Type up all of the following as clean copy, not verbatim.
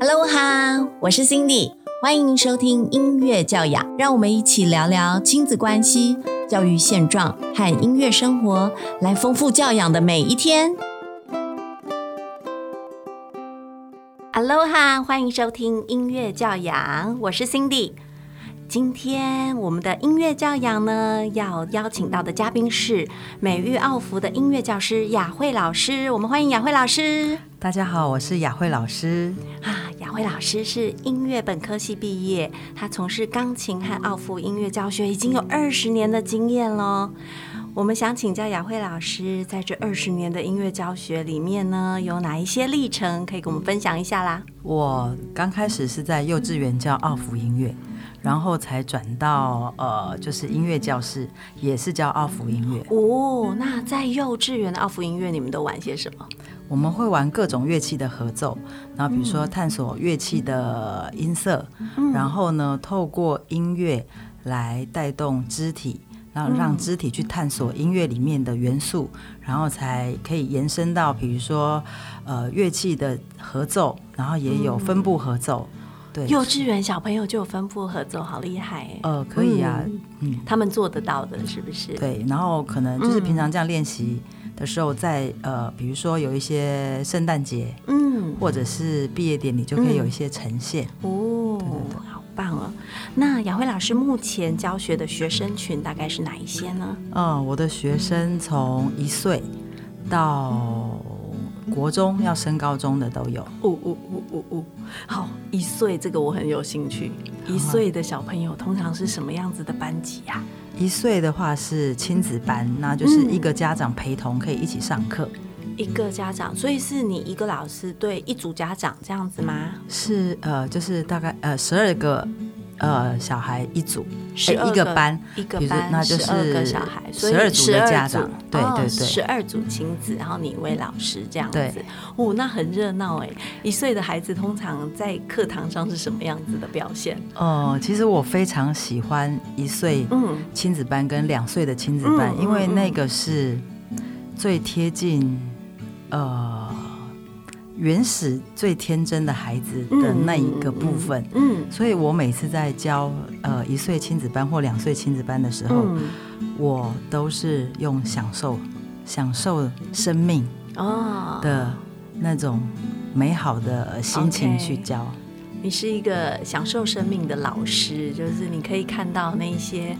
Hello 哈，我是 Cindy， 欢迎收听音乐教养，让我们一起聊聊亲子关系、教育现状和音乐生活，来丰富教养的每一天。Hello 哈，欢迎收听音乐教养，我是 Cindy。今天我们的音乐教养呢，要邀请到的嘉宾是美育奥福的音乐教师雅慧老师，我们欢迎雅慧老师。 大家好，我是雅慧老师。 雅慧老师是音乐本科系毕业，她从事钢琴和奥福音乐教学已经有20年的经验了。我们想请教雅慧老师，在这20年的音乐教学里面呢，有哪一些历程可以跟我们分享一下啦？ 我刚开始是在幼稚园教奥福音乐，然后才转到就是音乐教室，也是教奥福音乐。 哦，那在幼稚园的奥福音乐，你们都玩些什么？ 我们会玩各种乐器的合奏，然后比如说探索乐器的音色，然后呢，透过音乐来带动肢体，让肢体去探索音乐里面的元素，然后才可以延伸到比如说乐器的合奏，然后也有分部合奏。对， 幼稚园小朋友就有分部合奏，好厉害耶！ 可以啊， 他们做得到的，是不是？ 对，然后可能就是平常这样练习的时候，在比如说有一些圣诞节，或者是毕业典礼，就可以有一些呈现。 哦，对对对，好棒哦！那雅慧老师目前教学的学生群大概是哪一些呢？ 我的学生从1岁到国中要升高中的都有。 好，1岁这个我很有兴趣。1岁的小朋友通常是什么样子的班级啊 ？1岁的话是亲子班，那就是一个家长陪同可以一起上课。 一个家长，所以是你一个老师对一组家长这样子吗？ 是就是大概12个小孩一组，一个班，那就是 12个小孩，所以 12组的家长，对对对 ，12组亲子，然后你一位老师这样子。哦，那很热闹哎。1岁的孩子通常在课堂上是什么样子的表现？ 其实我非常喜欢1岁亲子班跟2岁的亲子班，因为那个是最贴近原始最天真的孩子的那一个部分，所以我每次在教1岁亲子班或2岁亲子班的时候，我都是用享受生命的那种美好的心情去教。 你是一个享受生命的老师，就是你可以看到那些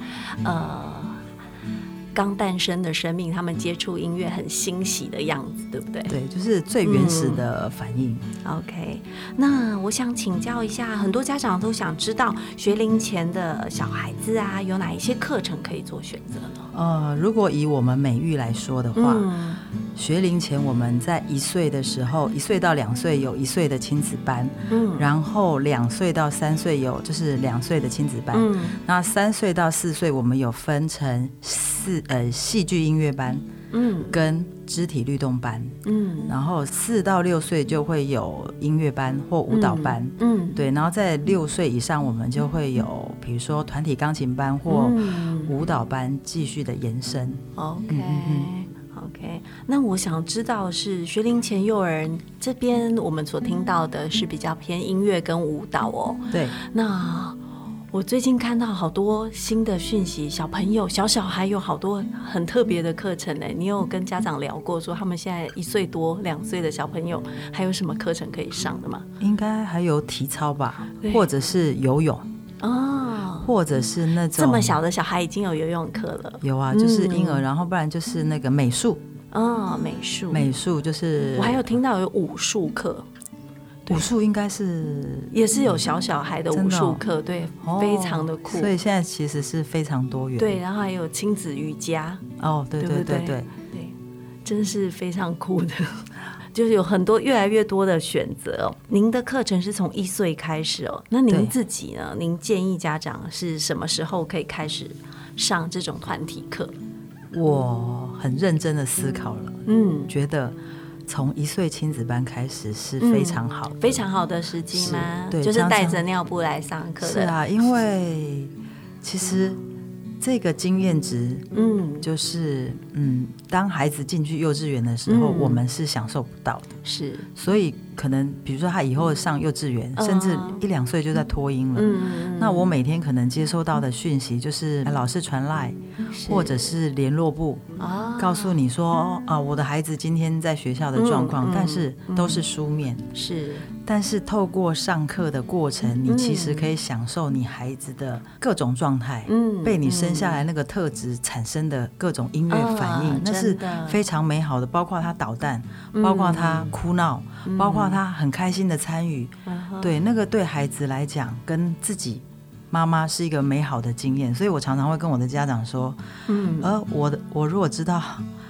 刚诞生的生命，他们接触音乐很欣喜的样子，对不对？ 对，就是最原始的反应。 OK， 那我想请教一下，很多家长都想知道学龄前的小孩子啊，有哪一些课程可以做选择呢？ 如果以我们美育来说的话，学龄前我们在1岁的时候，1岁到2岁有1岁的亲子班，然后2岁到3岁有就是2岁的亲子班，那3岁到4岁我们有分成戏剧音乐班，跟肢体律动班，然后4到6岁就会有音乐班或舞蹈班，对，然后在6岁以上我们就会有比如说团体钢琴班或舞蹈班继续的延伸。 OK， 那我想知道是学龄前幼儿这边我们所听到的是比较偏音乐跟舞蹈哦。 对，那我最近看到好多新的讯息，小朋友小孩有好多很特别的课程呢。你有跟家长聊过说他们现在1岁多2岁的小朋友还有什么课程可以上的吗？ 应该还有体操吧，或者是游泳或者是那种这么小的小孩已经有游泳课了。 有啊，就是婴儿，然后不然就是那个美术美术就是我还有听到有武术课。 武术应该是也是有小孩的武术课，对，非常的酷。 所以现在其实是非常多元。 对，然后还有亲子瑜伽。对，真是非常酷的，就是有很多越来越多的选择哦。您的课程是从1岁开始哦，那您自己呢？您建议家长是什么时候可以开始上这种团体课？ 我很认真的思考了，觉得从1岁亲子班开始是非常好的， 非常好的时机吗？对，就是带着尿布来上课的。 是啊，因为其实这个经验值，就是当孩子进去幼稚园的时候，我们是享受不到的， 是， 所以可能比如说他以后上幼稚园，甚至1-2岁就在托婴了，那我每天可能接收到的讯息就是老师传赖，或者是联络部告诉你说我的孩子今天在学校的状况，但是都是书面， 是， 但是透过上课的过程，你其实可以享受你孩子的各种状态，被你生下来那个特质产生的各种音乐反应，那是非常美好的，包括他捣蛋，包括他哭闹，包括他很开心的参与，对，那个对孩子来讲跟自己妈妈是一个美好的经验，所以我常常会跟我的家长说，我如果知道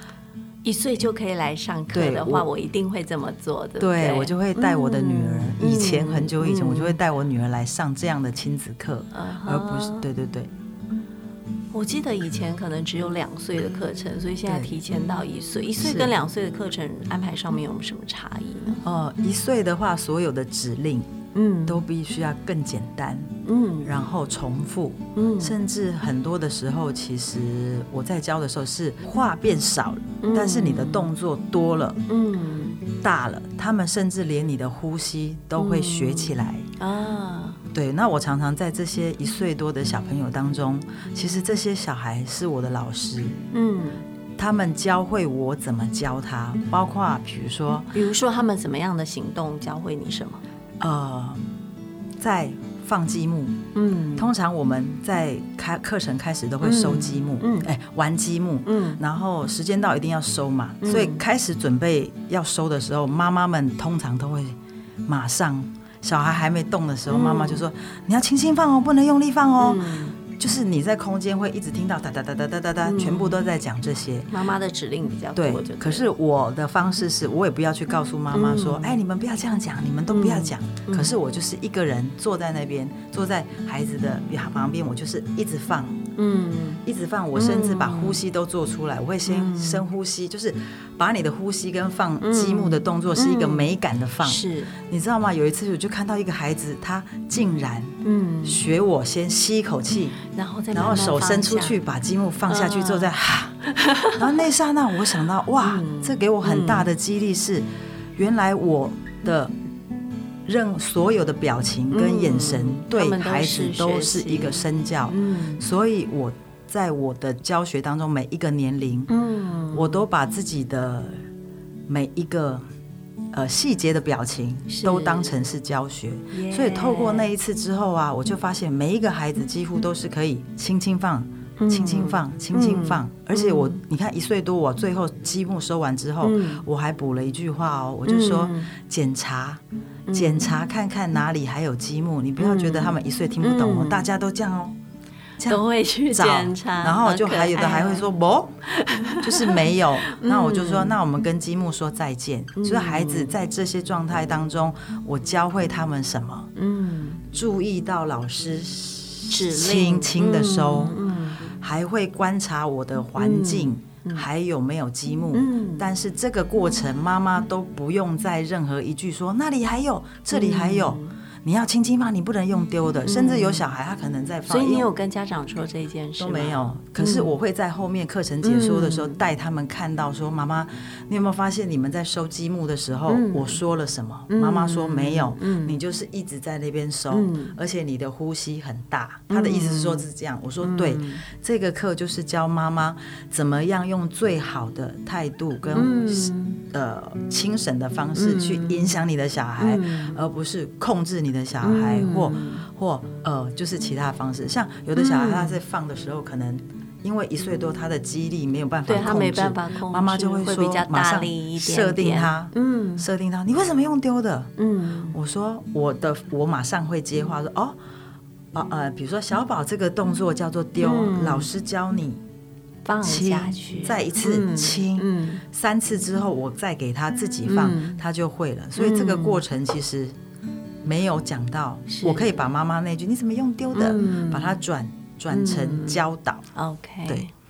1岁就可以来上课的话，我一定会这么做的。 对，我就会带我的女儿，以前很久以前，我就会带我女儿来上这样的亲子课，而不是对。 我记得以前可能只有2岁的课程，所以现在提前到1岁。1岁跟2岁的课程安排上面有什么差异呢 ？1岁的话，所有的指令都必须要更简单，然后重复，甚至很多的时候，其实我在教的时候是话变少了，但是你的动作多了，大了，他们甚至连你的呼吸都会学起来对，那我常常在这些1岁多的小朋友当中，其实这些小孩是我的老师，他们教会我怎么教他，包括比如说他们怎么样的行动教会你什么？在放积木，通常我们在课程开始都会收积木，玩积木，然后时间到一定要收嘛，所以开始准备要收的时候，妈妈们通常都会马上，小孩还没动的时候，妈妈就说你要轻轻放哦，不能用力放哦。就是你在空间会一直听到哒哒哒哒哒哒哒，全部都在讲这些。妈妈的指令比较多， 对。可是我的方式是，我也不要去告诉妈妈说，你们不要这样讲，你们都不要讲。可是我就是一个人坐在那边，坐在孩子的旁边，我就是一直放，一直放。我甚至把呼吸都做出来，我会先深呼吸，就是把你的呼吸跟放积木的动作是一个美感的放。是，你知道吗？有一次我就看到一个孩子，他竟然学我先吸一口气。然后手伸出去把积木放下去之后再然后那刹那我想到哇，这给我很大的激励是，原来我的所有的表情跟眼神对孩子都是一个身教，所以我在我的教学当中每一个年龄，我都把自己的每一个细节的表情都当成是教学，所以透过那一次之后啊，我就发现每一个孩子几乎都是可以轻轻放、轻轻放、轻轻放，而且你看1岁多，我最后积木收完之后，我还补了一句话哦，我就说检查看看哪里还有积木，你不要觉得他们1岁听不懂哦，大家都这样哦。 都会去检查， 然后就还有的还会说不，就是没有。那我就说，那我们跟积木说再见。就是孩子在这些状态当中，我教会他们什么？注意到老师轻轻的收，还会观察我的环境。还有没有积木？但是这个过程，妈妈都不用再任何一句说那里还有，这里还有。你要轻轻放，你不能用丢的，甚至有小孩他可能在放。 所以你有跟家长说这件事吗？ 都没有。可是我会在后面课程解说的时候带他们看到说，妈妈，你有没有发现你们在收积木的时候，我说了什么？妈妈说没有，你就是一直在那边收，而且你的呼吸很大。他的意思是说是这样，我说对，这个课就是教妈妈怎么样用最好的态度跟轻省的方式去影响你的小孩，而不是控制你的小孩，或就是其他方式。像有的小孩他在放的时候，可能因为1岁多他的肌力没有办法控制， 他没办法控制， 妈妈就会说马上设定他，你为什么用丢的？我说我马上会接话说比如说小宝这个动作叫做丢，老师教你放下去， 再一次轻，3次之后我再给他自己放，他就会了。所以这个过程其实没有讲到，我可以把妈妈那句你怎么用丢的，把它转成教导。 OK， 对。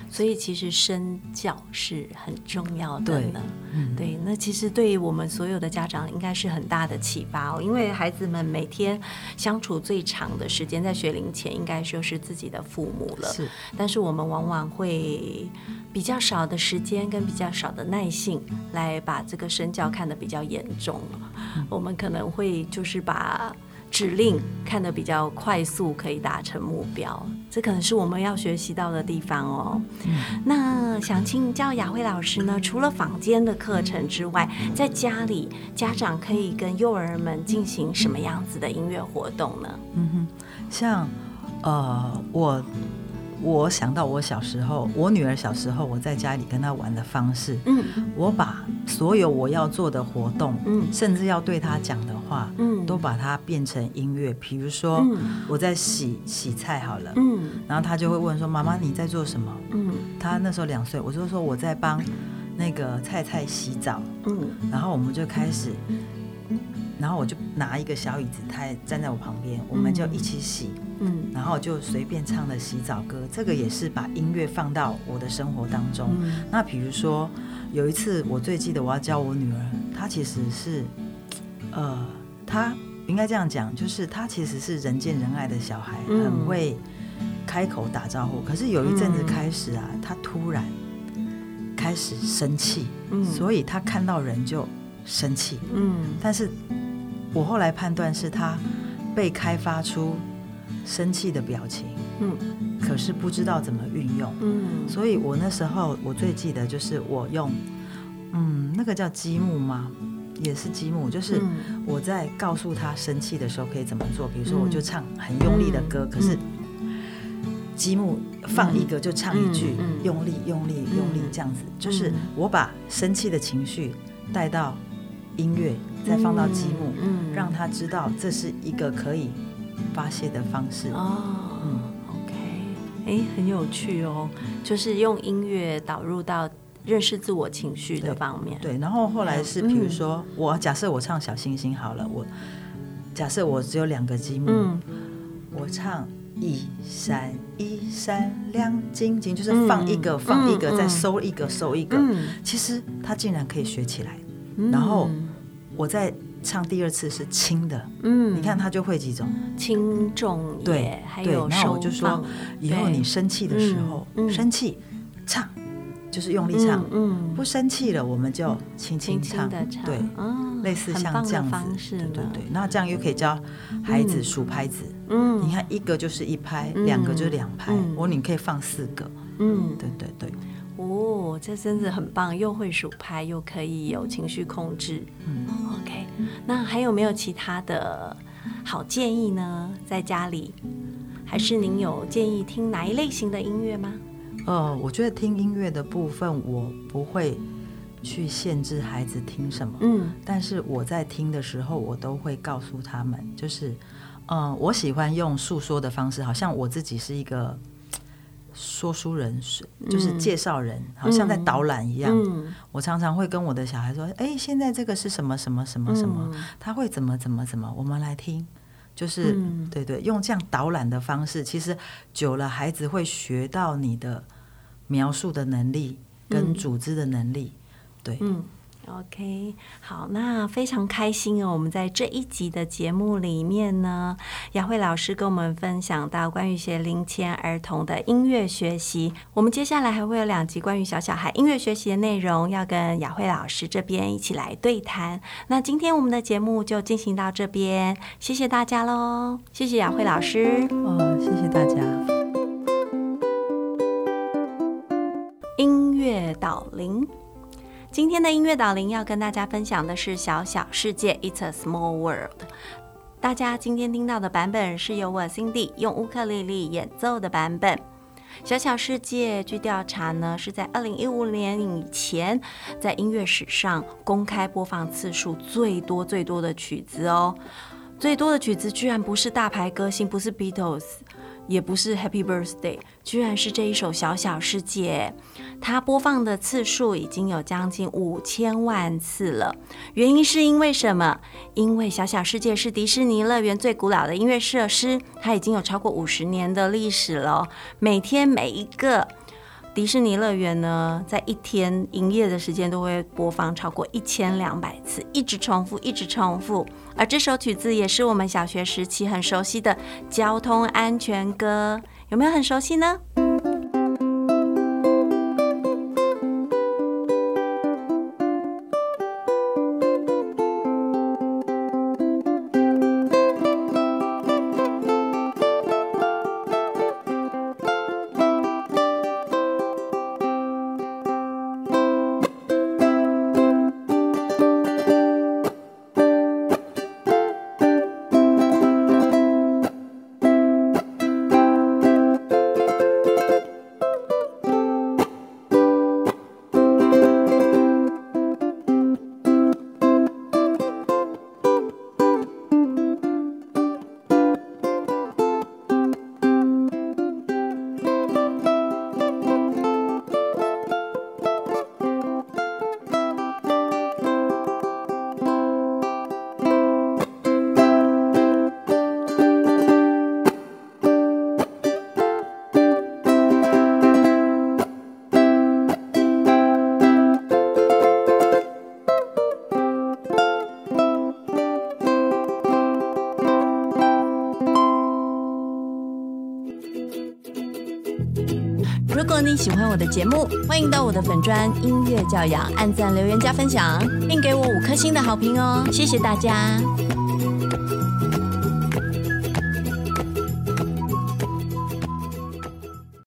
所以其实身教是很重要的呢。对，那其实对于我们所有的家长应该是很大的启发哦，因为孩子们每天相处最长的时间在学龄前应该就是自己的父母了，但是我们往往会比较少的时间跟比较少的耐性来把这个身教看得比较严重，我们可能会就是把指令看得比较快速，可以达成目标，这可能是我们要学习到的地方哦。那想请教雅慧老师呢，除了坊间的课程之外，在家里家长可以跟幼儿们进行什么样子的音乐活动呢？ 像我想到我小时候，我女儿小时候我在家里跟她玩的方式，我把所有我要做的活动，甚至要对她讲的话，都把它变成音乐。比如说我在洗菜好了，然后她就会问说：“妈妈你在做什么？”她那时候2岁，我就说我在帮那个菜洗澡，然后我们就开始，然后我就拿一个小椅子，她也站在我旁边，我们就一起洗。然后就随便唱的洗澡歌，这个也是把音乐放到我的生活当中。那比如说有一次我最记得我要教我女儿，她其实是她应该这样讲，就是她其实是人见人爱的小孩，很会开口打招呼，可是有一阵子开始啊，她突然开始生气，所以她看到人就生气，但是我后来判断是她被开发出生气的表情，可是不知道怎么运用，所以我那时候我最记得就是我用，那个叫积木吗？也是积木，就是我在告诉他生气的时候可以怎么做。比如说我就唱很用力的歌，可是积木放一个就唱一句，用力这样子，就是我把生气的情绪带到音乐，再放到积木，让他知道这是一个可以发泄的方式。 OK， 很有趣哦，就是用音乐导入到认识自我情绪的方面。 对，然后后来是比如说我假设我唱小星星好了，我假设我只有2个积木，我唱一闪一闪亮晶晶，就是放一个放一个，再收一个收一个，其实他竟然可以学起来。然后我再唱第2次是轻的，你看他就会几种轻重也，还有然后我就说以后你生气的时候，生气唱就是用力唱，不生气了我们就轻轻唱，对，类似像这样子方式，对，那这样又可以教孩子数拍子，你看1个就是1拍，2个就是2拍，你可以放4个，对。 哦，这真的很棒，又会数拍，又可以有情绪控制。OK， 那还有没有其他的好建议呢？在家里，还是您有建议听哪一类型的音乐吗？ 我觉得听音乐的部分，我不会去限制孩子听什么，但是我在听的时候，我都会告诉他们，就是我喜欢用诉说的方式，好像我自己是一个说书人，就是介绍人，好像在导览一样。我常常会跟我的小孩说：“现在这个是什么什么什么什么，他会怎么怎么怎么，我们来听。”就是对，用这样导览的方式，其实久了，孩子会学到你的描述的能力跟组织的能力。对 ，OK， 好，那非常开心哦！我们在这一集的节目里面呢，雅慧老师跟我们分享到关于学龄前儿童的音乐学习。我们接下来还会有2集关于小孩音乐学习的内容，要跟雅慧老师这边一起来对谈。那今天我们的节目就进行到这边，谢谢大家喽！谢谢雅慧老师， 谢谢大家。 音乐导聆。今天的音乐导聆要跟大家分享的是小小世界 It's a Small World。 大家今天听到的版本是由我 Cindy 用乌克丽丽演奏的版本。小小世界据调查呢，是在2015年以前在音乐史上公开播放次数最多的曲子哦。最多的曲子居然不是大牌歌星，不是 Beatles， 也不是 Happy Birthday， 居然是这一首小小世界。它播放的次数已经有将近5000万次了。原因是因为什么？因为小小世界是迪士尼乐园最古老的音乐设施，它已经有超过50年的历史了。每天每一个迪士尼乐园呢，在一天营业的时间都会播放超过1200次，一直重复，一直重复。而这首曲子也是我们小学时期很熟悉的交通安全歌，有没有很熟悉呢？如果你喜欢我的节目，欢迎到我的粉专音乐教养按赞留言加分享，并给我5颗星的好评哦，谢谢大家。